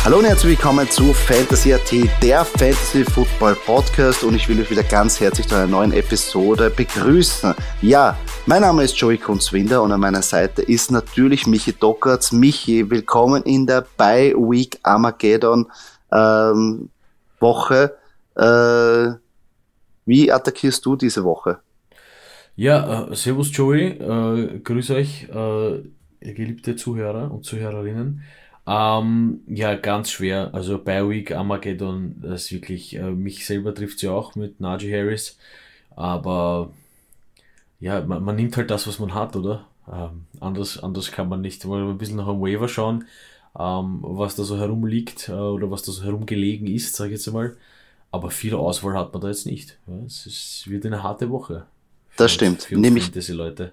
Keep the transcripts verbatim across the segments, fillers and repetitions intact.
Hallo und herzlich willkommen zu Fantasy Punkt A T, der Fantasy Football Podcast, und ich will euch wieder ganz herzlich zu einer neuen Episode begrüßen. Ja, mein Name ist Joey Kunzwinder und an meiner Seite ist natürlich Michi Dockertz. Michi, willkommen in der Bye Week Armageddon ähm, Woche. Äh, wie attackierst du diese Woche? Ja, äh, servus Joey, äh, grüß euch, äh, ihr geliebte Zuhörer und Zuhörerinnen. Ähm, ja, ganz schwer, also Bye Week Armageddon, das ist wirklich, äh, mich selber trifft ja auch mit Najee Harris, aber ja, man, man nimmt halt das, was man hat, oder? Ähm, anders, anders kann man nicht. Mal ein bisschen nach dem Waiver schauen, ähm, was da so herumliegt, äh, oder was da so herumgelegen ist, sag ich jetzt einmal. Aber viel Auswahl hat man da jetzt nicht. Ja, es ist, wird eine harte Woche für Das uns, stimmt, für uns nämlich Fantasy-Leute.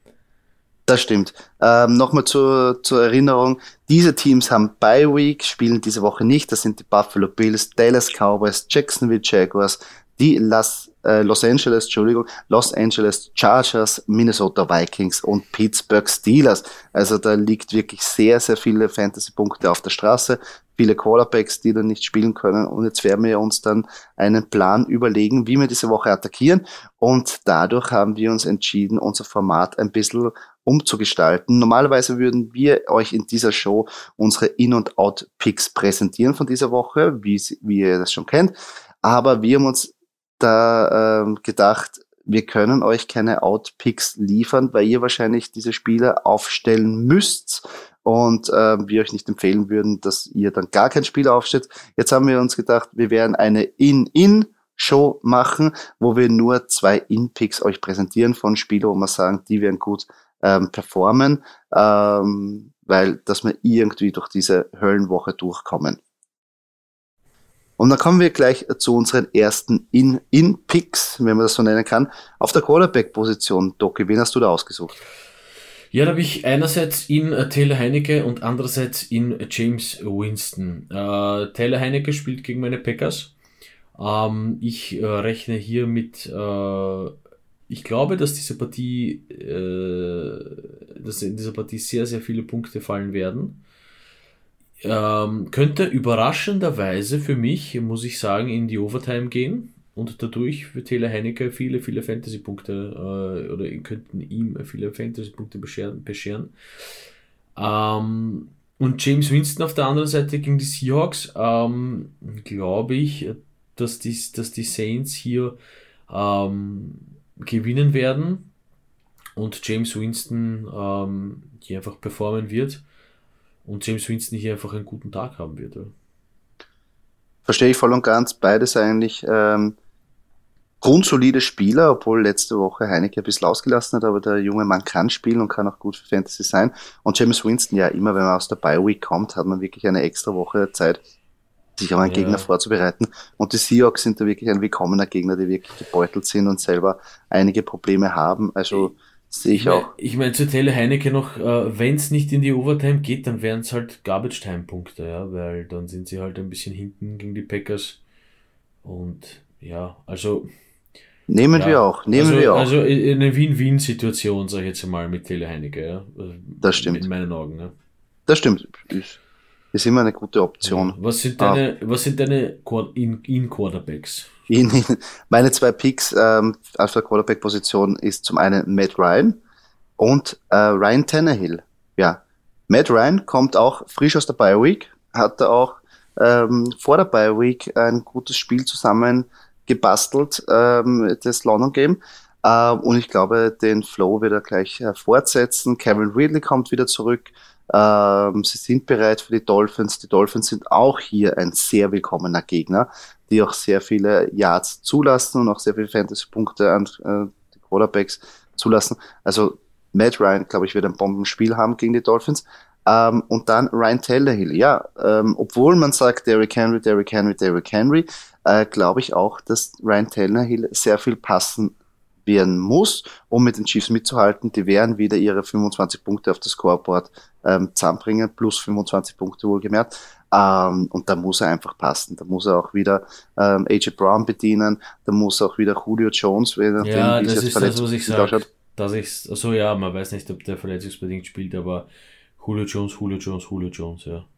Das stimmt. Ähm, Nochmal zur, zur Erinnerung, diese Teams haben Bye Week, spielen diese Woche nicht. Das sind die Buffalo Bills, Dallas Cowboys, Jacksonville Jaguars, die Las, äh, Los Angeles, Entschuldigung, Los Angeles Chargers, Minnesota Vikings und Pittsburgh Steelers. Also da liegt wirklich sehr, sehr viele Fantasy-Punkte auf der Straße, viele Quarterbacks, die dann nicht spielen können. Und jetzt werden wir uns dann einen Plan überlegen, wie wir diese Woche attackieren. Und dadurch haben wir uns entschieden, unser Format ein bisschen umzugestalten. Normalerweise würden wir euch in dieser Show unsere In- und Out-Picks präsentieren von dieser Woche, wie, wie ihr das schon kennt. Aber wir haben uns da ähm, gedacht, wir können euch keine Out-Picks liefern, weil ihr wahrscheinlich diese Spieler aufstellen müsst und äh, wir euch nicht empfehlen würden, dass ihr dann gar keinen Spieler aufstellt. Jetzt haben wir uns gedacht, wir werden eine In-In-Show machen, wo wir nur zwei In-Picks euch präsentieren von Spielern, wo wir sagen, die werden gut ähm, performen, ähm, weil dass wir irgendwie durch diese Höllenwoche durchkommen. Und dann kommen wir gleich zu unseren ersten In- In-Picks, wenn man das so nennen kann, auf der Quarterback-Position. Doki, wen hast du da ausgesucht? Ja, da habe ich einerseits in äh, Taylor Heinecke und andererseits in äh, James Winston. Äh, Taylor Heinecke spielt gegen meine Packers. Ähm, ich äh, rechne hier mit, äh, ich glaube, dass diese Partie, äh, dass in dieser Partie sehr, sehr viele Punkte fallen werden. Ähm, könnte überraschenderweise für mich, muss ich sagen, in die Overtime gehen und dadurch für Taylor Heinecke viele, viele Fantasy-Punkte äh, oder könnten ihm viele Fantasy-Punkte bescheren. bescheren. Ähm, und James Winston auf der anderen Seite gegen die Seahawks, ähm, glaube ich, dass die, dass die Saints hier ähm, gewinnen werden und James Winston ähm, hier einfach performen wird. Und James Winston hier einfach einen guten Tag haben wird. Ja. Verstehe ich voll und ganz. Beides eigentlich ähm, grundsolide Spieler, obwohl letzte Woche Heineke ein bisschen ausgelassen hat, aber der junge Mann kann spielen und kann auch gut für Fantasy sein. Und James Winston, ja, immer wenn man aus der Bye Week kommt, hat man wirklich eine extra Woche Zeit, sich auf einen Ja. Gegner vorzubereiten. Und die Seahawks sind da wirklich ein willkommener Gegner, die wirklich gebeutelt sind und selber einige Probleme haben. Also sehe ich, ich mein, auch. Ich meine, zu Taylor Heinecke noch, äh, wenn es nicht in die Overtime geht, dann wären es halt Garbage-Time-Punkte, ja, weil dann sind sie halt ein bisschen hinten gegen die Packers. Und ja, also Nehmen wir ja, auch, nehmen also, wir auch. also eine Win-Win-Situation, sag ich jetzt mal, mit Taylor Heinecke, ja, Das in stimmt. meinen Augen. Ja. Das stimmt. Ist, ist immer eine gute Option. Ja. Was sind Ah, deine, was sind deine In-Quarterbacks? in, in, meine zwei Picks ähm, auf der Quarterback-Position ist zum einen Matt Ryan und äh, Ryan Tannehill. Ja, Matt Ryan kommt auch frisch aus der Bye Week, hatte auch ähm, vor der Bye Week ein gutes Spiel zusammen gebastelt, ähm, das London Game. Ähm, und ich glaube, den Flow wird er gleich äh, fortsetzen. Kevin Ridley kommt wieder zurück. Ähm, sie sind bereit für die Dolphins. Die Dolphins sind auch hier ein sehr willkommener Gegner, die auch sehr viele Yards zulassen und auch sehr viele Fantasy-Punkte an äh, die Quarterbacks zulassen. Also Matt Ryan, glaube ich, wird ein Bombenspiel haben gegen die Dolphins. Ähm, und dann Ryan Tannehill. Ja, ähm, obwohl man sagt Derrick Henry, Derrick Henry, Derrick Henry, äh, glaube ich auch, dass Ryan Tannehill sehr viel passen werden muss, um mit den Chiefs mitzuhalten. Die werden wieder ihre fünfundzwanzig Punkte auf das Scoreboard ähm, zusammenbringen, plus fünfundzwanzig Punkte wohlgemerkt. Ähm, und da muss er einfach passen. Da muss er auch wieder ähm, A J Brown bedienen, da muss auch wieder Julio Jones, je nachdem, Ja, wie es das jetzt ist das, was ich sage. ausschaut. Dass ich, also ja, man weiß nicht, ob der verletzungsbedingt spielt, aber Julio Jones, Julio Jones, Julio Jones, ja.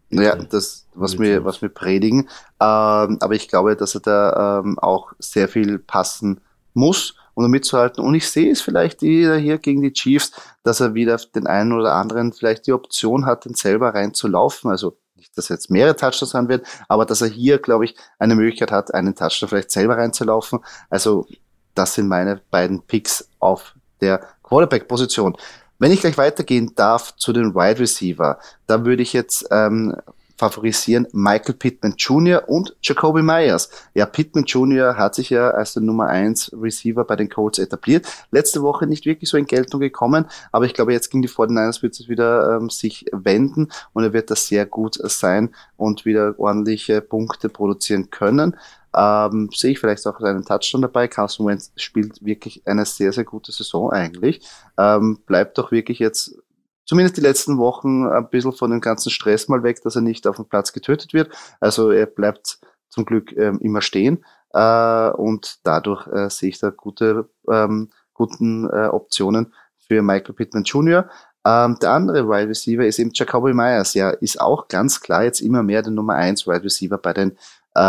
Ja, Bitte. das, was Red wir, raus. was wir predigen. Ähm, aber ich glaube, dass er da ähm, auch sehr viel passen muss, um da mitzuhalten. Und ich sehe es vielleicht wieder hier gegen die Chiefs, dass er wieder den einen oder anderen vielleicht die Option hat, den selber reinzulaufen. Also nicht, dass er jetzt mehrere Touchdowns haben wird, aber dass er hier, glaube ich, eine Möglichkeit hat, einen Touchdown vielleicht selber reinzulaufen. Also das sind meine beiden Picks auf der Quarterback-Position. Wenn ich gleich weitergehen darf zu den Wide Receiver, da würde ich jetzt ähm, favorisieren Michael Pittman Junior und Jacoby Myers. Ja, Pittman Junior hat sich ja als der Nummer eins Receiver bei den Colts etabliert. Letzte Woche nicht wirklich so in Geltung gekommen, aber ich glaube, jetzt gegen die forty-niners wird es wieder ähm, sich wenden und er wird das sehr gut sein und wieder ordentliche Punkte produzieren können. Ähm, sehe ich vielleicht auch einen Touchdown dabei. Carson Wentz spielt wirklich eine sehr, sehr gute Saison eigentlich. Ähm, bleibt doch wirklich jetzt zumindest die letzten Wochen ein bisschen von dem ganzen Stress mal weg, dass er nicht auf dem Platz getötet wird. Also er bleibt zum Glück ähm, immer stehen äh, und dadurch äh, sehe ich da gute ähm, guten äh, Optionen für Michael Pittman Junior Ähm, der andere Wide Receiver ist eben Jacoby Myers. Ja, ist auch ganz klar jetzt immer mehr der Nummer eins Wide Receiver bei den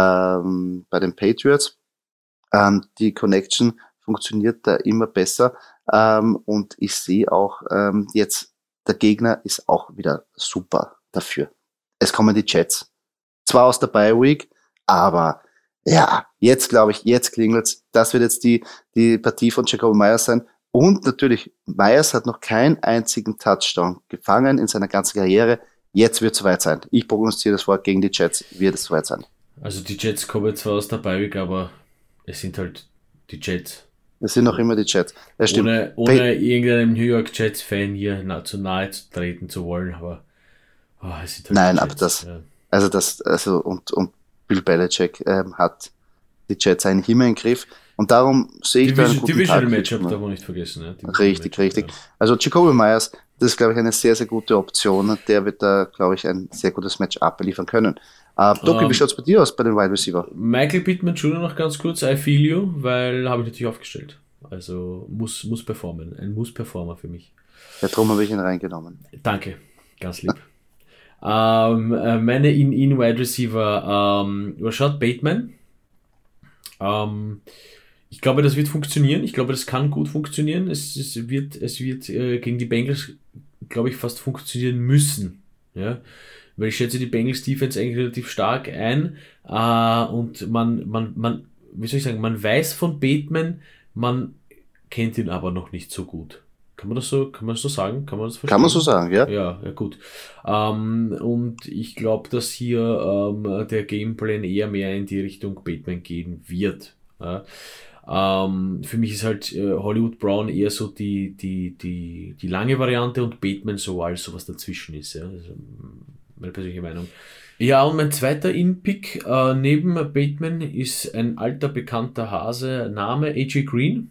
ähm, bei den Patriots. Ähm, die Connection funktioniert da immer besser ähm, und ich sehe auch ähm, jetzt, der Gegner ist auch wieder super dafür. Es kommen die Jets. Zwar aus der Bye Week, aber ja, jetzt glaube ich, jetzt klingelt's. Das wird jetzt die, die Partie von Jacoby Myers sein. Und natürlich, Myers hat noch keinen einzigen Touchdown gefangen in seiner ganzen Karriere. Jetzt wird es soweit sein. Ich prognostiziere das vor, gegen die Jets wird es soweit sein. Also die Jets kommen zwar aus der Bye Week, aber es sind halt die Jets. Es sind noch immer die Jets. Das stimmt. Ohne, Pa- ohne irgendeinem New York Jets-Fan hier na, zu nahe zu treten zu wollen, aber oh, es sind halt Nein, die aber Jets. das, Ja. also das, also und, und Bill Belichick ähm, hat die Jets eigentlich immer im Griff. Und darum sehe ich da einen Division, guten Divisional Tag für Matchup Jacoby. darf man nicht vergessen. Ja. Divisional Richtig, Matchup, richtig. ja. Also Jacoby Myers, das ist, glaube ich, eine sehr, sehr gute Option. Der wird da, glaube ich, ein sehr gutes Matchup liefern können. Äh, Doki, wie Ähm, schaut's bei dir aus bei den Wide Receiver? Michael Pittman Junior noch ganz kurz, I feel you, weil habe ich natürlich aufgestellt. Also muss, muss performen. Ein Muss-Performer für mich. Ja, drum habe ich ihn reingenommen. Danke, ganz lieb. ähm, äh, meine In-In-Wide Receiver, ähm, Rashad Bateman. Ähm, ich glaube, das wird funktionieren. Ich glaube, das kann gut funktionieren. Es, es wird, es wird äh, gegen die Bengals, glaube ich, fast funktionieren müssen. Ja? Weil ich schätze die Bengals Defense eigentlich relativ stark ein. Äh, und man, man, man, wie soll ich sagen, man weiß von Bateman, man kennt ihn aber noch nicht so gut. Kann man das so, kann man das so sagen? Kann man das Kann man so verstehen? sagen, ja? Ja, ja gut. Ähm, und ich glaube, dass hier ähm, der Gameplan eher mehr in die Richtung Bateman gehen wird. Ja. Ähm, für mich ist halt äh, Hollywood Brown eher so die, die, die, die lange Variante und Bateman so als sowas dazwischen ist. Ja. Also, meine persönliche Meinung. Ja, und mein zweiter In-Pick äh, neben Bateman ist ein alter bekannter Hase, Name A J Green.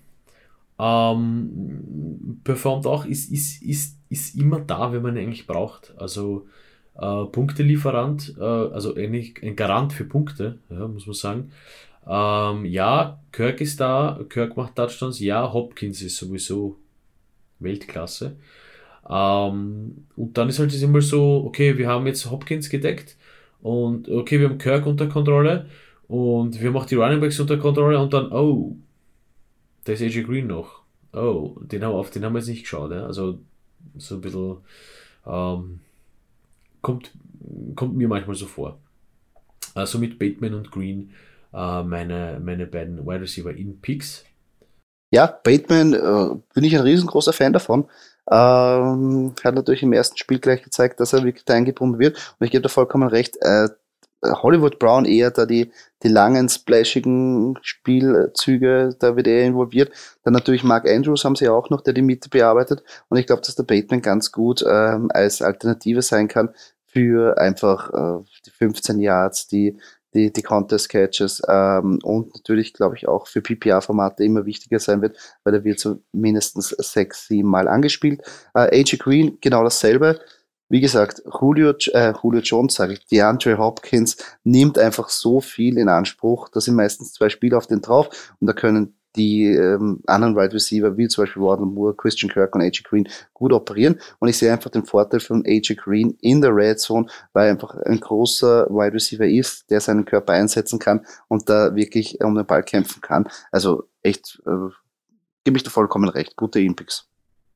Ähm, performt auch, ist, ist, ist, ist immer da, wenn man ihn eigentlich braucht. Also äh, Punktelieferant, äh, also eigentlich ein Garant für Punkte, ja, muss man sagen. Ähm, ja, Kirk ist da, Kirk macht Touchdowns, ja, Hopkins ist sowieso Weltklasse. Ähm, und dann ist halt immer so, okay, wir haben jetzt Hopkins gedeckt und okay, wir haben Kirk unter Kontrolle und wir haben auch die Running Backs unter Kontrolle und dann, oh, da ist A J Green noch. Oh, den haben, auf den haben wir jetzt nicht geschaut. Ja? Also so ein bisschen ähm, kommt, kommt mir manchmal so vor. Also mit Bateman und Green äh, meine, meine beiden Wide Receiver in Picks. Ja, Bateman äh, bin ich ein riesengroßer Fan davon. Ähm, hat natürlich im ersten Spiel gleich gezeigt, dass er wirklich da eingebunden wird. Und ich gebe da vollkommen recht. Äh, Hollywood Brown eher da die, die langen, splashigen Spielzüge, da wird er involviert. Dann natürlich Mark Andrews haben sie auch noch, der die Mitte bearbeitet. Und ich glaube, dass der Bateman ganz gut ähm, als Alternative sein kann für einfach äh, die fünfzehn Yards, die die, die Contest Catches ähm, und natürlich, glaube ich, auch für P P R-Formate immer wichtiger sein wird, weil er wird so mindestens sechs, sieben Mal angespielt. Äh, A J Green, genau dasselbe. Wie gesagt, Julio, äh, Julio Jones, sage ich, DeAndre Hopkins nimmt einfach so viel in Anspruch. Da sind meistens zwei Spieler auf den drauf und da können die ähm, anderen Wide Receiver, wie zum Beispiel Wardle Moore, Christian Kirk und A J Green, gut operieren. Und ich sehe einfach den Vorteil von A J Green in der Red Zone, weil er einfach ein großer Wide Receiver ist, der seinen Körper einsetzen kann und da wirklich um den Ball kämpfen kann. Also echt, äh, gebe ich da vollkommen recht. Gute In-Picks.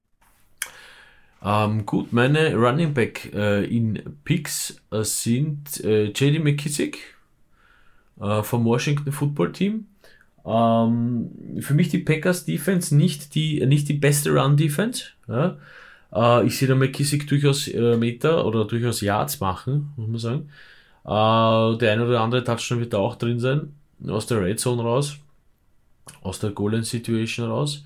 Ähm, gut, meine Running Back äh, in Picks äh, sind äh, J D McKissick äh, vom Washington Football Team. Ähm, für mich die Packers Defense nicht die, nicht die beste Run Defense. Ja? Äh, ich sehe da McKissick durchaus äh, Meter oder durchaus Yards machen, muss man sagen. Äh, der eine oder andere Touchdown wird da auch drin sein. Aus der Red Zone raus. Aus der Goal-Line Situation raus.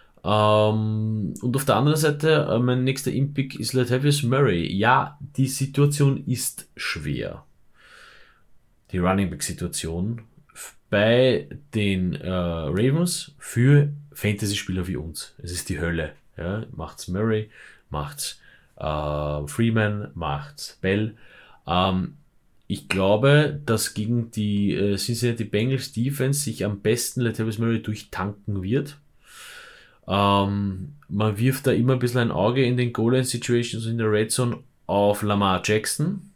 Ähm, und auf der anderen Seite, äh, mein nächster Impick ist Latavius Murray. Ja, die Situation ist schwer. Die Running Back Situation bei den äh, Ravens für Fantasy-Spieler wie uns. Es ist die Hölle. Ja, macht's Murray, macht's äh, Freeman, macht's Bell. Ähm, ich glaube, dass gegen die äh, Cincinnati Bengals Defense sich am besten Latavius Murray durchtanken wird. Ähm, man wirft da immer ein bisschen ein Auge in den Goal-Line-Situations in der Red Zone auf Lamar Jackson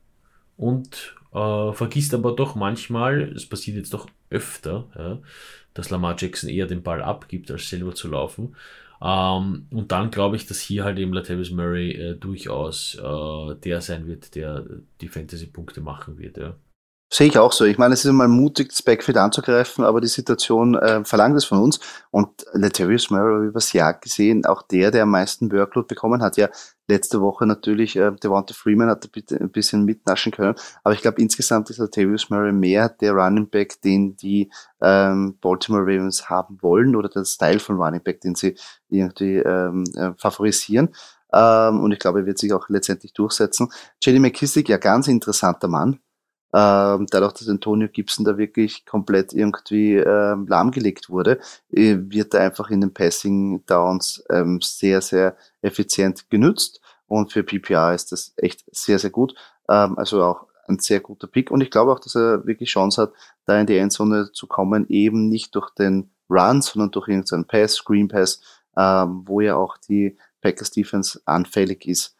und äh, vergisst aber doch manchmal, es passiert jetzt doch öfter, ja, dass Lamar Jackson eher den Ball abgibt, als selber zu laufen. Ähm, und dann glaube ich, dass hier halt eben Latavius Murray äh, durchaus äh, der sein wird, der die Fantasy-Punkte machen wird. Ja. Sehe ich auch so. Ich meine, es ist immer mutig, das Backfield anzugreifen, aber die Situation äh, verlangt es von uns. Und Latavius Murray übers Jahr gesehen, auch der, der am meisten Workload bekommen hat. Ja, letzte Woche natürlich, äh, Devonta Freeman hat ein bisschen mitnaschen können. Aber ich glaube, insgesamt ist Latavius Murray mehr der Running Back, den die ähm, Baltimore Ravens haben wollen oder der Style von Running Back, den sie irgendwie ähm, äh, favorisieren. Ähm, und ich glaube, er wird sich auch letztendlich durchsetzen. J D McKissick, ja, ganz interessanter Mann. Ähm, dadurch, dass Antonio Gibson da wirklich komplett irgendwie ähm, lahmgelegt wurde, äh, wird er einfach in den Passing Downs ähm, sehr, sehr effizient genützt und für P P R ist das echt sehr, sehr gut. Ähm, also auch ein sehr guter Pick und ich glaube auch, dass er wirklich Chance hat, da in die Endzone zu kommen, eben nicht durch den Run, sondern durch irgendeinen Pass, Screen Pass, ähm, wo ja auch die Packers Defense anfällig ist.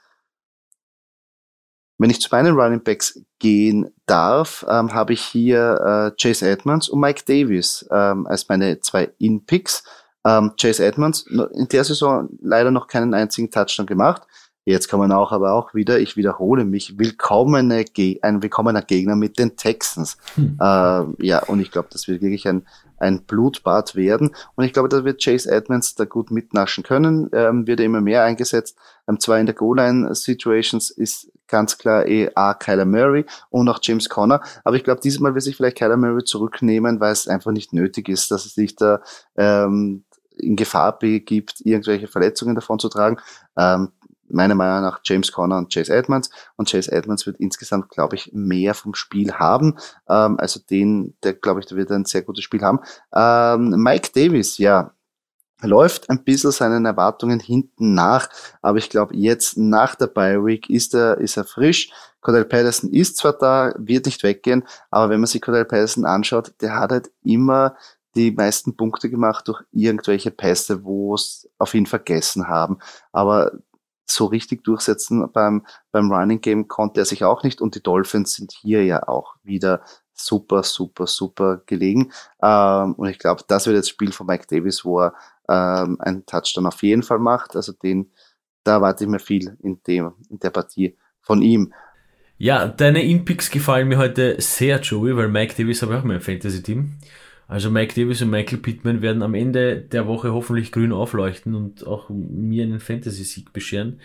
Wenn ich zu meinen Running Backs gehen darf, ähm, habe ich hier äh, Chase Edmonds und Mike Davis ähm, als meine zwei In-Picks. Ähm, Chase Edmonds in der Saison leider noch keinen einzigen Touchdown gemacht. Jetzt kann man auch aber auch wieder, ich wiederhole mich, willkommene Ge- ein willkommener Gegner mit den Texans. Hm. Äh, ja, und ich glaube, das wird wirklich ein, ein Blutbad werden. Und ich glaube, da wird Chase Edmonds da gut mitnaschen können, ähm, wird er immer mehr eingesetzt. Ähm, zwar in der Goal-Line-Situations ist ganz klar eh A, Kyler Murray und auch James Conner. Aber ich glaube, dieses Mal wird sich vielleicht Kyler Murray zurücknehmen, weil es einfach nicht nötig ist, dass es sich da ähm, in Gefahr begibt, irgendwelche Verletzungen davon zu tragen. Ähm, meiner Meinung nach James Conner und Chase Edmonds. Und Chase Edmonds wird insgesamt, glaube ich, mehr vom Spiel haben. Ähm, also den, der, glaube ich, der wird ein sehr gutes Spiel haben. Ähm, Mike Davis, ja, läuft ein bisschen seinen Erwartungen hinten nach, aber ich glaube, jetzt nach der Bye Week ist er, ist er frisch. Cordell Patterson ist zwar da, wird nicht weggehen, aber wenn man sich Cordell Patterson anschaut, der hat halt immer die meisten Punkte gemacht durch irgendwelche Pässe, wo es auf ihn vergessen haben. Aber so richtig durchsetzen beim, beim Running Game konnte er sich auch nicht und die Dolphins sind hier ja auch wieder super, super, super gelegen. Ähm, und ich glaube, das wird jetzt das Spiel von Mike Davis, wo er ähm, einen Touchdown auf jeden Fall macht. Also den, da erwarte ich mir viel in dem, in der Partie von ihm. Ja, deine In-Picks gefallen mir heute sehr, Joey, weil Mike Davis habe ich auch mein Fantasy-Team. Also Mike Davis und Michael Pittman werden am Ende der Woche hoffentlich grün aufleuchten und auch mir einen Fantasy-Sieg bescheren.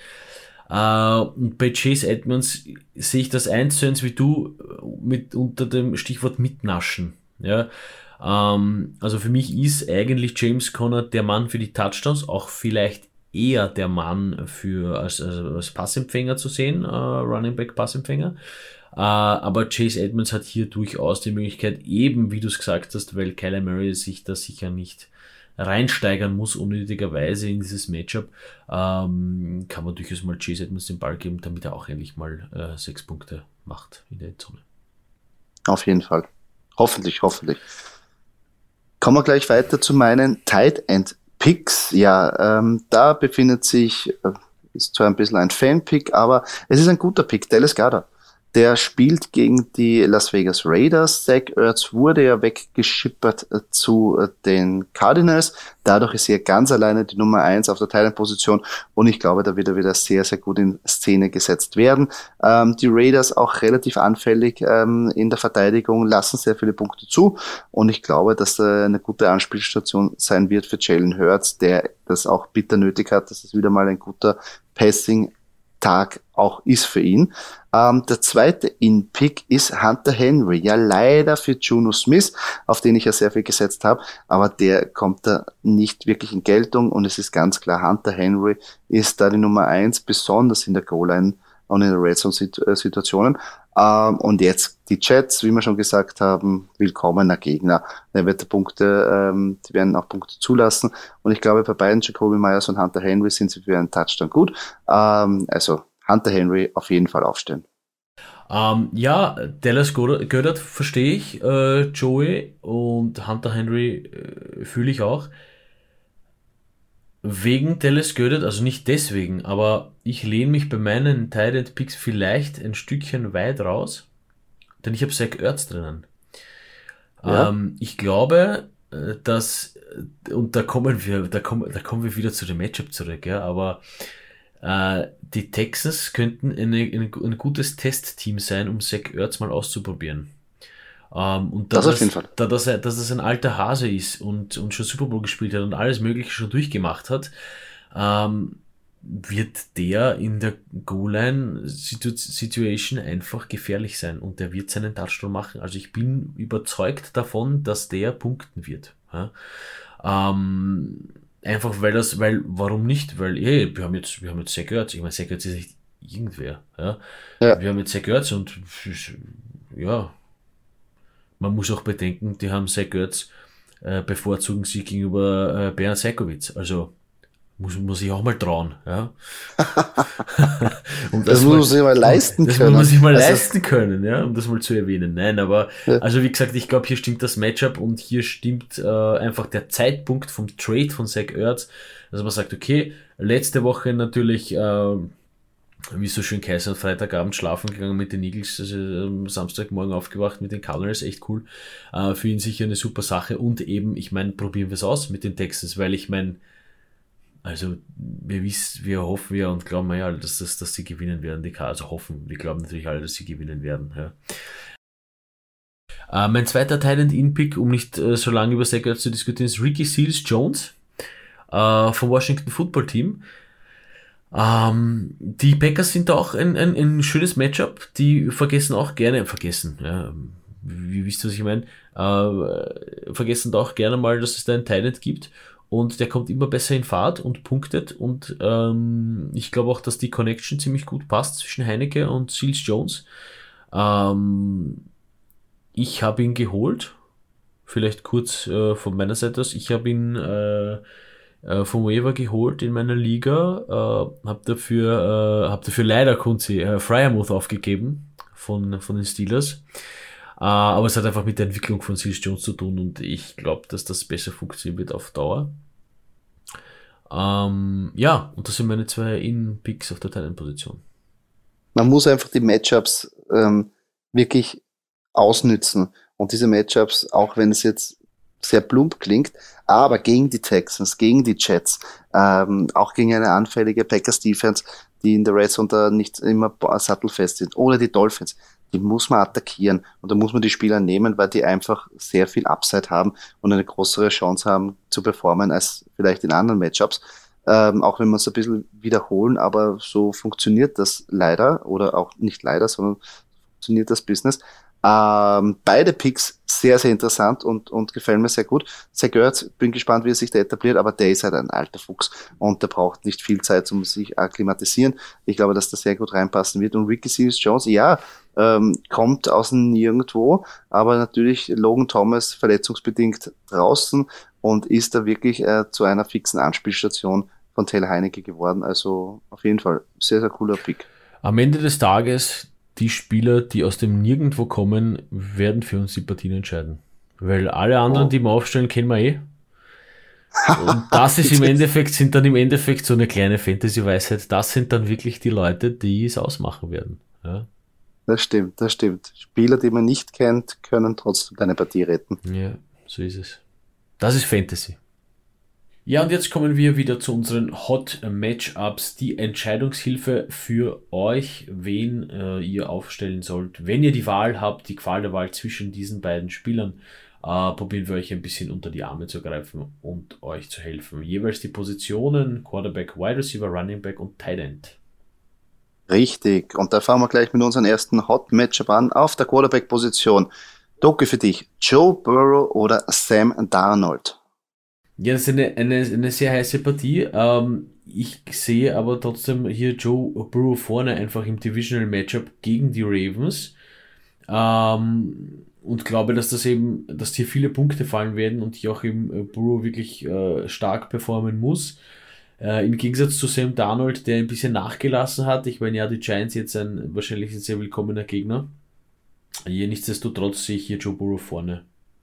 Uh, und bei Chase Edmonds sehe ich das eins zu eins wie du mit unter dem Stichwort mitnaschen. Ja, um, also für mich ist eigentlich James Conner der Mann für die Touchdowns, auch vielleicht eher der Mann für als, als, als Passempfänger zu sehen, uh, Running Back Passempfänger. Uh, aber Chase Edmonds hat hier durchaus die Möglichkeit, eben wie du es gesagt hast, weil Kyler Murray sich da sicher nicht reinsteigern muss, unnötigerweise in dieses Matchup, ähm, kann man durchaus mal Chase Edmonds den Ball geben, damit er auch endlich mal äh, sechs Punkte macht in der Endzone. Auf jeden Fall. Hoffentlich, hoffentlich. Kommen wir gleich weiter zu meinen Tight End Picks. Ja, ähm, da befindet sich, äh, ist zwar ein bisschen ein Fan-Pick, aber es ist ein guter Pick, Dallas Goedert. Der spielt gegen die Las Vegas Raiders. Zach Ertz wurde ja weggeschippert äh, zu äh, den Cardinals. Dadurch ist er ganz alleine die Nummer eins auf der Thailand-Position und ich glaube, da wird er wieder sehr, sehr gut in Szene gesetzt werden. Ähm, die Raiders auch relativ anfällig ähm, in der Verteidigung, lassen sehr viele Punkte zu und ich glaube, dass äh, eine gute Anspielstation sein wird für Jalen Hurts, der das auch bitter nötig hat, dass es wieder mal ein guter Passing Tag auch ist für ihn. Ähm, der zweite In-Pick ist Hunter Henry. Ja, leider für Juno Smith, auf den ich ja sehr viel gesetzt habe, aber der kommt da nicht wirklich in Geltung und es ist ganz klar, Hunter Henry ist da die Nummer eins, besonders in der Goal-Line und in der Red Zone-Situationen. Ähm, und jetzt die Jets, wie wir schon gesagt haben, willkommener Gegner. Der wird Punkte, ähm, die werden auch Punkte zulassen. Und ich glaube, bei beiden Jacoby Myers und Hunter Henry sind sie für einen Touchdown gut. Ähm, also Hunter Henry auf jeden Fall aufstellen. Ähm, ja, Dallas Goedert verstehe ich, äh, Joey, und Hunter Henry äh, fühle ich auch. Wegen Dallas Goedert, also nicht deswegen, aber ich lehne mich bei meinen Tight End Picks vielleicht ein Stückchen weit raus, denn ich habe Zach Ertz drinnen. Ja. Ähm, ich glaube, äh, dass, äh, und da kommen wir, da kommen, da kommen wir wieder zu dem Matchup zurück, ja, aber äh, die Texans könnten eine, eine, ein gutes Testteam sein, um Zach Ertz mal auszuprobieren. Ähm, und da Das auf jeden das, Fall. da das, dass es ein alter Hase ist und, und schon Super Bowl gespielt hat und alles Mögliche schon durchgemacht hat, ähm, wird der in der Goal-Line-Situation einfach gefährlich sein und der wird seinen Touchdown machen. Also ich bin überzeugt davon, dass der punkten wird. Ja? Ähm, einfach weil das, weil, warum nicht? Weil, hey, wir haben jetzt, wir haben jetzt Zach Ertz. Ich meine, Zach Ertz ist nicht irgendwer. Ja? Ja. Wir haben jetzt Zach Ertz und ja, man muss auch bedenken, die haben Zach Ertz, äh, bevorzugen sie gegenüber äh, Bernd Sajkovic. Also muss, muss ich auch mal trauen. Ja? um das, das muss man sich mal leisten das können. Das muss man sich mal also, leisten können, ja, um das mal zu erwähnen. Nein, aber ja. also wie gesagt, ich glaube, hier stimmt das Matchup und hier stimmt äh, einfach der Zeitpunkt vom Trade von Zach Ertz, dass man sagt, okay, letzte Woche natürlich äh, wie so schön Kaiser Freitagabend schlafen gegangen mit den Eagles, also am Samstagmorgen aufgewacht mit den Cardinals, echt cool. Äh, für ihn sicher eine super Sache und eben, ich meine, probieren wir es aus mit den Texans, weil ich meine, also wir wissen, wir hoffen ja und glauben ja, dass, dass, dass sie gewinnen werden, die Cardinals, also hoffen, wir glauben natürlich alle, dass sie gewinnen werden. Ja. Äh, mein zweiter Tight-End-In-Pick, um nicht äh, so lange über Zach Ertz zu diskutieren, ist Ricky Seals-Jones äh, vom Washington Football Team. Ähm, die Packers sind da auch ein, ein, ein schönes Matchup, die vergessen auch gerne, vergessen, ja, wie wisst ihr, was ich meine, äh, vergessen da auch gerne mal, dass es da einen Tight-End gibt und der kommt immer besser in Fahrt und punktet und ähm, ich glaube auch, dass die Connection ziemlich gut passt zwischen Heineke und Seals Jones. Ähm, ich habe ihn geholt, vielleicht kurz äh, von meiner Seite aus, ich habe ihn äh, vom Waiver geholt in meiner Liga, äh, habe dafür, äh, hab dafür leider Kunzi äh, Fryermuth aufgegeben von, von den Steelers. Äh, aber es hat einfach mit der Entwicklung von Seals Jones zu tun und ich glaube, dass das besser funktionieren wird auf Dauer. Ähm, ja, und das sind meine zwei In-Picks auf der Talentposition. Man muss einfach die Matchups ähm, wirklich ausnützen und diese Matchups, auch wenn es jetzt sehr plump klingt, aber gegen die Texans, gegen die Jets, ähm, auch gegen eine anfällige Packers Defense, die in der Red Zone da nicht immer sattelfest sind, oder die Dolphins, die muss man attackieren und da muss man die Spieler nehmen, weil die einfach sehr viel Upside haben und eine größere Chance haben zu performen als vielleicht in anderen Matchups. Ähm, auch wenn wir es ein bisschen wiederholen, aber so funktioniert das leider, oder auch nicht leider, sondern funktioniert das Business. Ähm, beide Picks sehr, sehr interessant und, und gefallen mir sehr gut. Zach Ertz, bin gespannt, wie er sich da etabliert, aber der ist halt ein alter Fuchs und der braucht nicht viel Zeit, um sich akklimatisieren. Ich glaube, dass das sehr gut reinpassen wird. Und Ricky Seals-Jones, ja, ähm, kommt aus dem Nirgendwo, aber natürlich Logan Thomas verletzungsbedingt draußen und ist da wirklich äh, zu einer fixen Anspielstation von Taylor Heineke geworden. Also auf jeden Fall sehr, sehr cooler Pick. Am Ende des Tages die Spieler, die aus dem Nirgendwo kommen, werden für uns die Partien entscheiden. Weil alle anderen, Oh. die wir aufstellen, kennen wir eh. Und das ist im Endeffekt, sind dann im Endeffekt so eine kleine Fantasy-Weisheit, das sind dann wirklich die Leute, die es ausmachen werden. Ja, Das stimmt, das stimmt. Spieler, die man nicht kennt, können trotzdem deine Partie retten. ja, so ist es. Das ist Fantasy. Ja, und jetzt kommen wir wieder zu unseren Hot Matchups, die Entscheidungshilfe für euch, wen äh, ihr aufstellen sollt. Wenn ihr die Wahl habt, die Qual der Wahl zwischen diesen beiden Spielern, äh, probieren wir euch ein bisschen unter die Arme zu greifen und euch zu helfen. Jeweils die Positionen, Quarterback, Wide Receiver, Running Back und Tight End. Richtig. Und da fangen wir gleich mit unserem ersten Hot Matchup an. Auf der Quarterback-Position. Doki für dich. Joe Burrow oder Sam Darnold? Ja, das ist eine, eine, eine sehr heiße Partie. Ähm, ich sehe aber trotzdem hier Joe Burrow vorne einfach im Divisional Matchup gegen die Ravens. Ähm, und glaube, dass das eben, dass hier viele Punkte fallen werden und hier auch eben äh, Burrow wirklich äh, stark performen muss. Äh, Im Gegensatz zu Sam Darnold, der ein bisschen nachgelassen hat. Ich meine, ja, die Giants jetzt ein wahrscheinlich ein sehr willkommener Gegner. Hier nichtsdestotrotz sehe ich hier Joe Burrow vorne.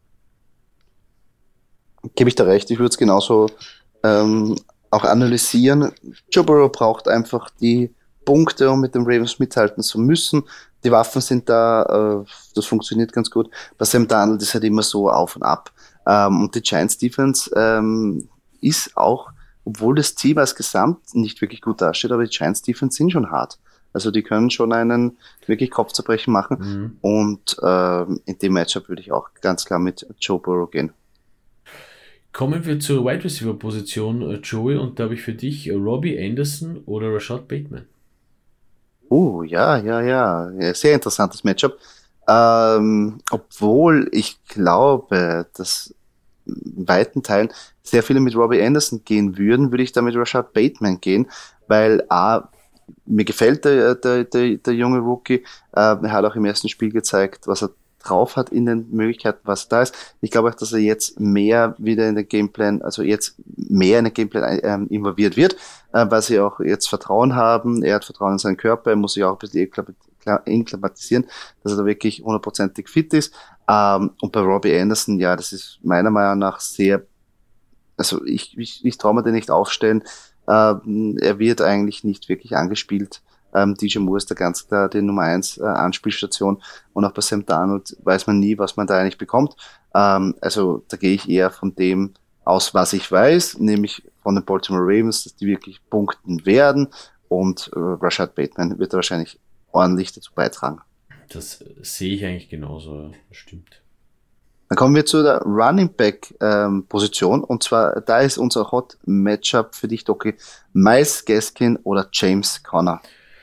Gebe ich dir recht. Ich würde es genauso ähm, auch analysieren. Joe Burrow braucht einfach die Punkte, um mit den Ravens mithalten zu müssen. Die Waffen sind da, äh, das funktioniert ganz gut. Bei Sam Darnold ist halt immer so auf und ab. Ähm, und die Giants Defense ähm, ist auch, obwohl das Team als Gesamt nicht wirklich gut dasteht, aber die Giants Defense sind schon hart. Also die können schon einen wirklich Kopfzerbrechen machen. Mhm. Und ähm, in dem Matchup würde ich auch ganz klar mit Joe Burrow gehen. Kommen wir zur Wide Receiver Position, äh, Joey, und da habe ich für dich äh, Robbie Anderson oder Rashad Bateman. Oh, ja, ja, ja. Ja, sehr interessantes Matchup. Ähm, obwohl ich glaube, dass in weiten Teilen sehr viele mit Robbie Anderson gehen würden, würde ich da mit Rashad Bateman gehen, weil A, mir gefällt der, der, der, der junge Rookie. Äh, er hat auch im ersten Spiel gezeigt, was er drauf hat in den Möglichkeiten, was da ist. Ich glaube auch, dass er jetzt mehr wieder in den Gameplan, also jetzt mehr in den Gameplan ähm, involviert wird, äh, weil sie auch jetzt Vertrauen haben. Er hat Vertrauen in seinen Körper, er muss sich auch ein bisschen inklimatisieren, dass er da wirklich hundertprozentig fit ist. Ähm, und bei Robbie Anderson, ja, das ist meiner Meinung nach sehr, also ich, ich, ich traue mir den nicht aufstellen. Ähm, er wird eigentlich nicht wirklich angespielt. Ähm, D J Moore ist da ganz klar die Nummer eins äh, Anspielstation. Und auch bei Sam Darnold weiß man nie, was man da eigentlich bekommt. Ähm, also da gehe ich eher von dem aus, was ich weiß, nämlich von den Baltimore Ravens, dass die wirklich punkten werden. Und äh, Rashad Bateman wird da wahrscheinlich ordentlich dazu beitragen. Das äh, sehe ich eigentlich genauso, ja. Das stimmt. Dann kommen wir zu der Running Back ähm, Position, und zwar da ist unser Hot Matchup für dich, Doki, Myles Gaskin oder James Conner.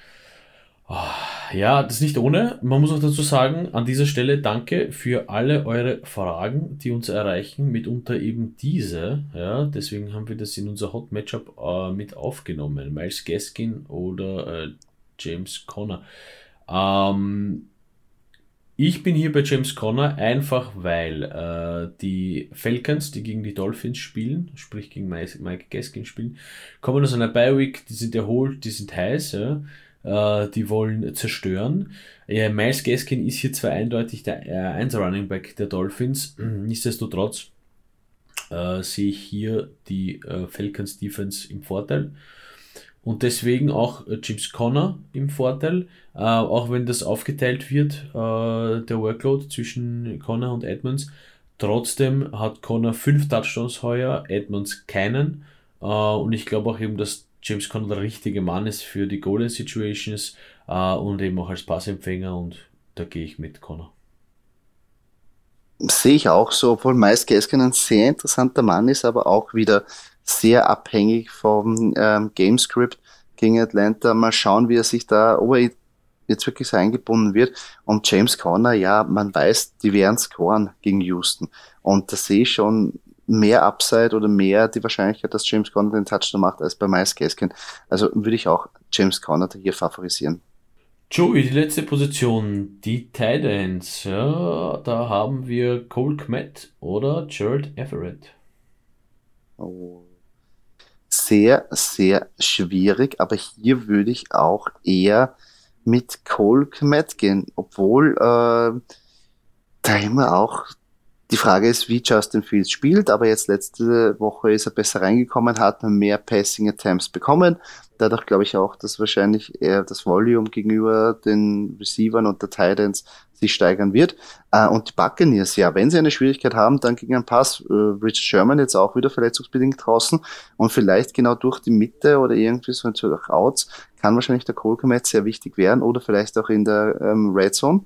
Ja, das ist nicht ohne. Man muss auch dazu sagen, an dieser Stelle danke für alle eure Fragen, die uns erreichen, mitunter eben diese. Ja, deswegen haben wir das in unser Hot Matchup äh, mit aufgenommen. Myles Gaskin oder äh, James Conner. Ähm, Ich bin hier bei James Conner einfach, weil äh, die Falcons, die gegen die Dolphins spielen, sprich gegen Mike, Mike Gaskin spielen, kommen aus einer Bye-Week, die sind erholt, die sind heiß, ja, äh, die wollen zerstören. Ja, Miles Gaskin ist hier zwar eindeutig der äh, eins Running Back der Dolphins, nichtsdestotrotz äh, sehe ich hier die äh, Falcons Defense im Vorteil. Und deswegen auch äh, James Conner im Vorteil, äh, auch wenn das aufgeteilt wird, äh, der Workload zwischen Conner und Edmonds. Trotzdem hat Conner fünf Touchdowns heuer, Edmonds keinen. Äh, und ich glaube auch eben, dass James Conner der richtige Mann ist für die Goal-Line-Situations äh, und eben auch als Passempfänger, und da gehe ich mit Conner. Sehe ich auch so, obwohl Miles Gaskin ein sehr interessanter Mann ist, aber auch wieder sehr abhängig vom ähm, Gamescript gegen Atlanta. Mal schauen, wie er sich da, ob er jetzt wirklich so eingebunden wird. Und James Conner, ja, man weiß, die werden scoren gegen Houston. Und da sehe ich schon mehr Upside oder mehr die Wahrscheinlichkeit, dass James Conner den Touchdown macht, als bei Miles Gaskin. Also würde ich auch James Conner hier favorisieren. Joey, die letzte Position, die Tight Ends. Ja, da haben wir Cole Kmet oder Gerald Everett. Oh. Sehr, sehr schwierig, aber hier würde ich auch eher mit Cole Kmet gehen, obwohl äh, da immer auch Die Frage ist, wie Justin Fields spielt, aber jetzt letzte Woche ist er besser reingekommen, hat mehr Passing Attempts bekommen. Dadurch glaube ich auch, dass wahrscheinlich eher das Volume gegenüber den Receivern und der Tight Ends sich steigern wird. Äh, und die Buccaneers, ja, wenn sie eine Schwierigkeit haben, dann gegen einen Pass. Äh, Richard Sherman jetzt auch wieder verletzungsbedingt draußen und vielleicht genau durch die Mitte oder irgendwie so durch Outs kann wahrscheinlich der Cole Kmet sehr wichtig werden oder vielleicht auch in der ähm, Red Zone.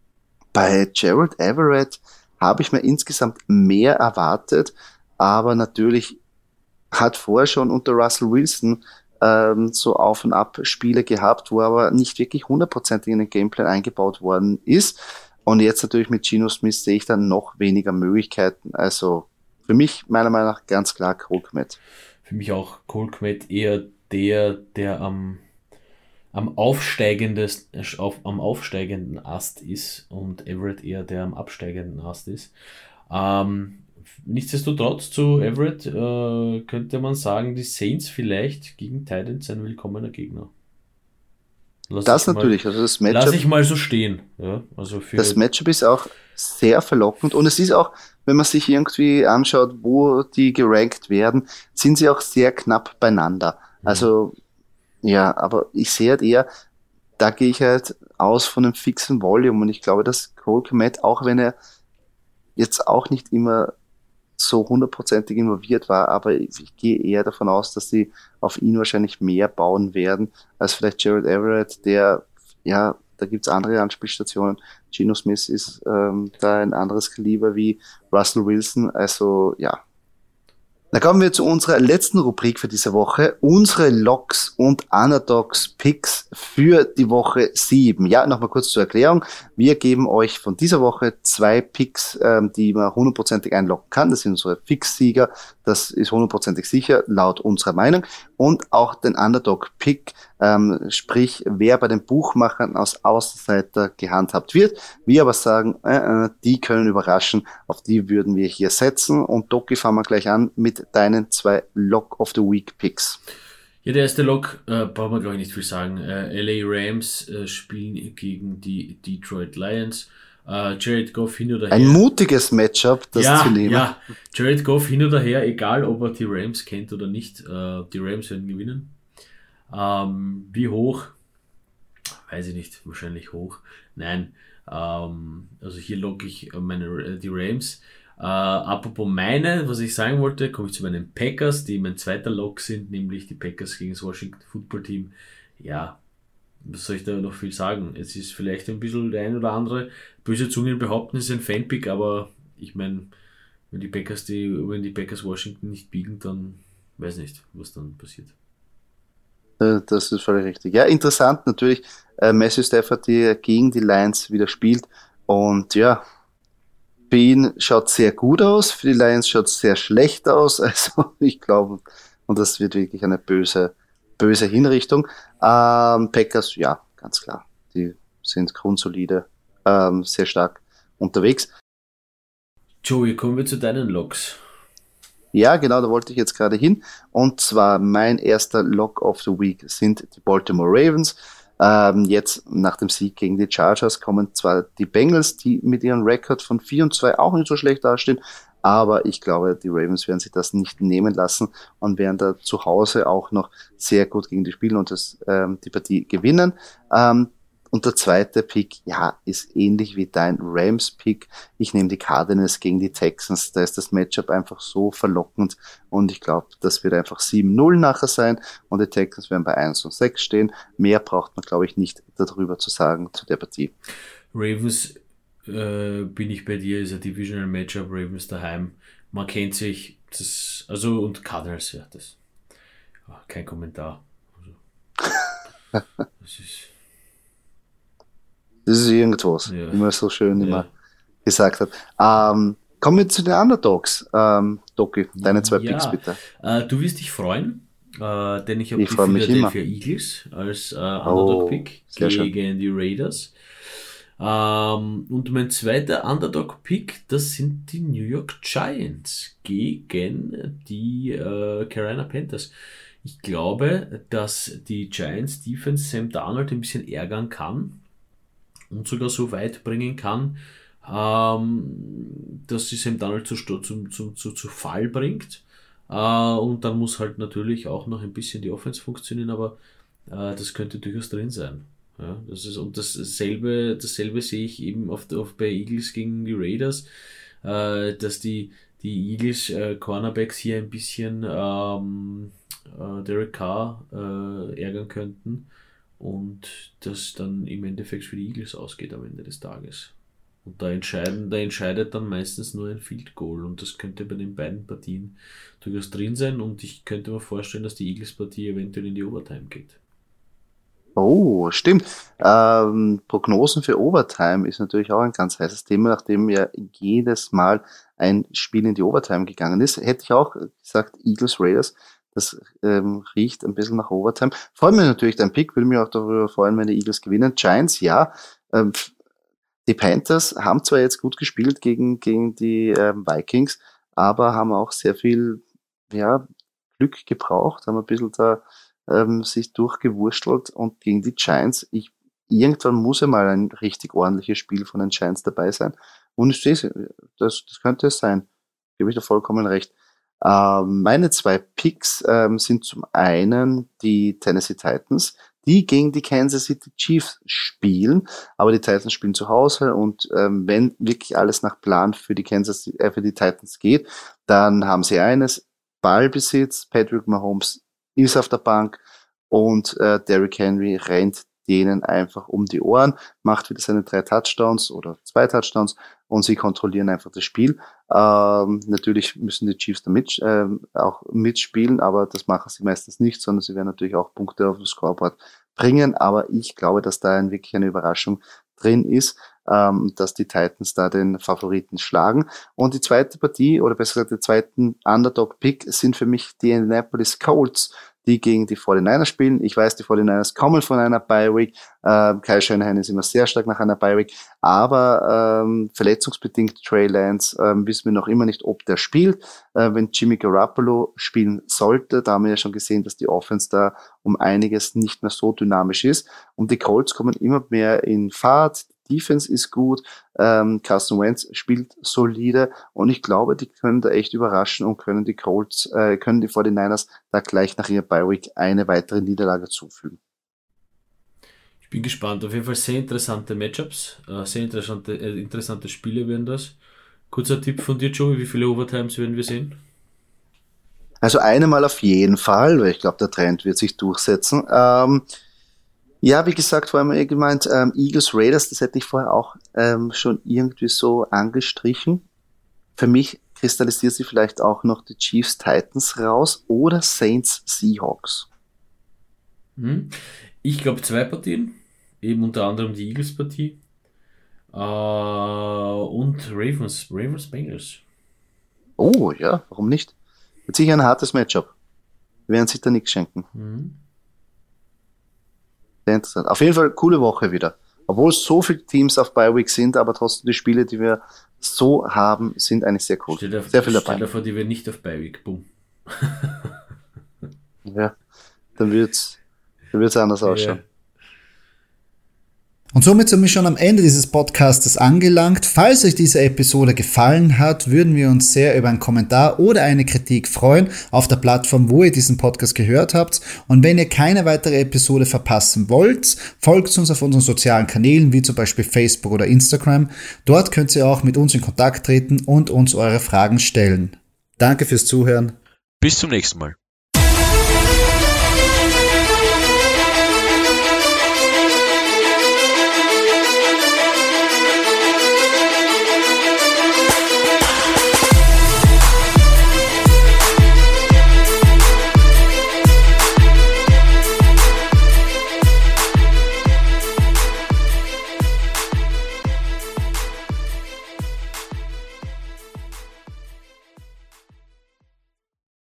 Bei Gerald Everett habe ich mir insgesamt mehr erwartet, aber natürlich hat vorher schon unter Russell Wilson ähm, so Auf- und Ab-Spiele gehabt, wo aber nicht wirklich hundertprozentig in den Gameplan eingebaut worden ist. Und jetzt natürlich mit Geno Smith sehe ich dann noch weniger Möglichkeiten. Also für mich meiner Meinung nach ganz klar Cole Kmet. Für mich auch Cole Kmet eher der, der am, am, aufsteigendes, auf, am aufsteigenden Ast ist und Everett eher der am absteigenden Ast ist. Ähm, nichtsdestotrotz zu Everett äh, könnte man sagen, die Saints vielleicht gegen Titans ein willkommener Gegner. Lass Das ich mal, natürlich, also das lass Matchup, ich mal so stehen. Ja, also das für, Matchup ist auch sehr verlockend und es ist auch, wenn man sich irgendwie anschaut, wo die gerankt werden, sind sie auch sehr knapp beieinander. hm. Also ja, aber ich sehe halt eher, da gehe ich halt aus von einem fixen Volume und ich glaube, dass Cole Kmet, auch wenn er jetzt auch nicht immer so hundertprozentig involviert war, aber ich, ich gehe eher davon aus, dass sie auf ihn wahrscheinlich mehr bauen werden, als vielleicht Gerald Everett, der, ja, da gibt's andere Anspielstationen. Geno Smith ist ähm, da ein anderes Kaliber wie Russell Wilson, also ja. Dann kommen wir zu unserer letzten Rubrik für diese Woche. Unsere Locks und Underdogs Picks für die Woche sieben. Ja, nochmal kurz zur Erklärung. Wir geben euch von dieser Woche zwei Picks, ähm, die man hundertprozentig einloggen kann. Das sind unsere Fix-Sieger. Das ist hundertprozentig sicher, laut unserer Meinung. Und auch den Underdog-Pick, ähm, sprich, wer bei den Buchmachern aus Außenseiter gehandhabt wird. Wir aber sagen, äh, äh, die können überraschen. Auf die würden wir hier setzen. Und Doki, fangen wir gleich an mit deinen zwei Lock of the Week Picks. Ja, der erste Lock, äh, brauchen wir glaube ich nicht viel sagen. Äh, L A Rams äh, spielen gegen die Detroit Lions. Äh, Jared Goff hin oder Ein her. mutiges Matchup, das Ja, zu nehmen. ja. Jared Goff hin oder her, egal ob er die Rams kennt oder nicht. Äh, die Rams werden gewinnen. Ähm, wie hoch? Weiß ich nicht. Wahrscheinlich hoch. Nein. Ähm, also hier locke ich meine, die Rams. Äh, apropos meine, was ich sagen wollte, komme ich zu meinen Packers, die mein zweiter Lock sind, nämlich die Packers gegen das Washington Football Team. Ja, was soll ich da noch viel sagen? Es ist vielleicht ein bisschen der ein oder andere böse Zungen behaupten, es ist ein Fanpick, aber ich meine, wenn die Packers die, wenn die Packers Washington nicht biegen, dann weiß nicht, was dann passiert. Äh, Das ist völlig richtig. Ja, interessant natürlich. Äh, Matthew Stafford, der gegen die Lions wieder spielt. Und ja, für ihn schaut sehr gut aus, für die Lions schaut es sehr schlecht aus. Also ich glaube, und das wird wirklich eine böse, böse Hinrichtung. Ähm, Packers, ja, ganz klar. Die sind grundsolide, ähm, sehr stark unterwegs. Joey, kommen wir zu deinen Locks. Ja, genau, da wollte ich jetzt gerade hin. Und zwar mein erster Lock of the Week sind die Baltimore Ravens. Ähm, jetzt nach dem Sieg gegen die Chargers kommen zwar die Bengals, die mit ihrem Rekord von vier und zwei auch nicht so schlecht dastehen, aber ich glaube, die Ravens werden sich das nicht nehmen lassen und werden da zu Hause auch noch sehr gut gegen die spielen und das, ähm, die Partie gewinnen. Ähm, und der zweite Pick, ja, ist ähnlich wie dein Rams-Pick. Ich nehme die Cardinals gegen die Texans. Da ist das Matchup einfach so verlockend und ich glaube, das wird einfach sieben null nachher sein und die Texans werden bei eins und sechs stehen. Mehr braucht man, glaube ich, nicht darüber zu sagen zu der Partie. Ravens, äh, bin ich bei dir, ist ein Divisional Matchup, Ravens daheim. Man kennt sich, das, also, und Cardinals, ja, das, ah, kein Kommentar. Also, das ist, Das ist irgendwas, ja, wie man so schön ja. immer gesagt hat. Ähm, kommen wir zu den Underdogs. Ähm, Doki, deine zwei Picks Ja, bitte. äh, du wirst dich freuen, äh, denn ich habe Ich die freue mich immer. Philadelphia Eagles als äh, Oh, Underdog-Pick sehr schön. gegen die Raiders. Ähm, und mein zweiter Underdog-Pick, das sind die New York Giants gegen die äh, Carolina Panthers. Ich glaube, dass die Giants Defense Sam Darnold ein bisschen ärgern kann und sogar so weit bringen kann, ähm, dass sie Sam Darnold zu, zu, zu, zu, zu Fall bringt. Äh, und dann muss halt natürlich auch noch ein bisschen die Offense funktionieren, aber äh, das könnte durchaus drin sein. Ja, das ist, und dasselbe, dasselbe sehe ich eben auf, auf bei Eagles gegen die Raiders, äh, dass die, die Eagles äh, Cornerbacks hier ein bisschen ähm, äh, Derek Carr äh, ärgern könnten und das dann im Endeffekt für die Eagles ausgeht am Ende des Tages. Und da entscheiden, da entscheidet dann meistens nur ein Field Goal und das könnte bei den beiden Partien durchaus drin sein und ich könnte mir vorstellen, dass die Eagles-Partie eventuell in die Overtime geht. Oh, stimmt. Ähm, Prognosen für Overtime ist natürlich auch ein ganz heißes Thema, nachdem ja jedes Mal ein Spiel in die Overtime gegangen ist. Hätte ich auch gesagt, Eagles Raiders, das ähm, riecht ein bisschen nach Overtime. Freut mich natürlich dein Pick, würde mich auch darüber freuen, wenn die Eagles gewinnen. Giants, ja. Ähm, die Panthers haben zwar jetzt gut gespielt gegen, gegen die ähm, Vikings, aber haben auch sehr viel ja, Glück gebraucht, haben ein bisschen da ähm, sich durchgewurstelt und gegen die Giants, ich, irgendwann muss ja mal ein richtig ordentliches Spiel von den Giants dabei sein. Und ich sehe, das, das könnte es sein. Gebe ich da vollkommen recht. Ähm, meine zwei Picks ähm, sind zum einen die Tennessee Titans, die gegen die Kansas City Chiefs spielen, aber die Titans spielen zu Hause und ähm, wenn wirklich alles nach Plan für die Kansas äh, für die Titans geht, dann haben sie eines, Ballbesitz, Patrick Mahomes ist auf der Bank und äh, Derrick Henry rennt denen einfach um die Ohren, macht wieder seine drei Touchdowns oder zwei Touchdowns und sie kontrollieren einfach das Spiel. Ähm, natürlich müssen die Chiefs da mit, äh, auch mitspielen, aber das machen sie meistens nicht, sondern sie werden natürlich auch Punkte auf das Scoreboard bringen, aber ich glaube, dass da ein, wirklich eine Überraschung drin ist, ähm, dass die Titans da den Favoriten schlagen. Und die zweite Partie, oder besser gesagt, die zweiten Underdog-Pick sind für mich die Indianapolis Colts, die gegen die forty-niners spielen. Ich weiß, die forty-niners kommen von einer Bye-Week. Ähm, Kyle Shanahan ist immer sehr stark nach einer Bye-Week, aber ähm, verletzungsbedingt Trey Lance ähm, wissen wir noch immer nicht, ob der spielt. Äh, wenn Jimmy Garoppolo spielen sollte, da haben wir ja schon gesehen, dass die Offense da um einiges nicht mehr so dynamisch ist. Und die Colts kommen immer mehr in Fahrt. Defense ist gut, ähm, Carson Wentz spielt solide und ich glaube, die können da echt überraschen und können die Colts, äh, können die forty-niners da gleich nach ihrer Bye-Week eine weitere Niederlage zufügen. Ich bin gespannt. Auf jeden Fall sehr interessante Matchups, äh, sehr interessante, äh, interessante Spiele werden das. Kurzer Tipp von dir, Joey, wie viele Overtimes werden wir sehen? Also eine Mal auf jeden Fall, weil ich glaube, der Trend wird sich durchsetzen. Ähm, Ja, wie gesagt, vorher mal gemeint, ähm, Eagles Raiders, das hätte ich vorher auch ähm, schon irgendwie so angestrichen. Für mich kristallisiert sie vielleicht auch noch die Chiefs Titans raus oder Saints Seahawks. Hm. Ich glaube zwei Partien, eben unter anderem die Eagles-Partie äh, und Ravens, Ravens Bengals. Oh ja, warum nicht? Wird sicher ein hartes Matchup. Wir werden sich da nichts schenken. Hm. Sehr interessant. Auf jeden Fall coole Woche wieder. Obwohl so viele Teams auf Bye-Week sind, aber trotzdem die Spiele, die wir so haben, sind eigentlich sehr cool. Stell dir, sehr viel dabei. Stell dir vor, die wir nicht auf Bye-Week. Boom. Ja, dann wird's, dann wird's anders ausschauen. Ja. Und somit sind wir schon am Ende dieses Podcastes angelangt. Falls euch diese Episode gefallen hat, würden wir uns sehr über einen Kommentar oder eine Kritik freuen auf der Plattform, wo ihr diesen Podcast gehört habt. Und wenn ihr keine weitere Episode verpassen wollt, folgt uns auf unseren sozialen Kanälen, wie zum Beispiel Facebook oder Instagram. Dort könnt ihr auch mit uns in Kontakt treten und uns eure Fragen stellen. Danke fürs Zuhören. Bis zum nächsten Mal.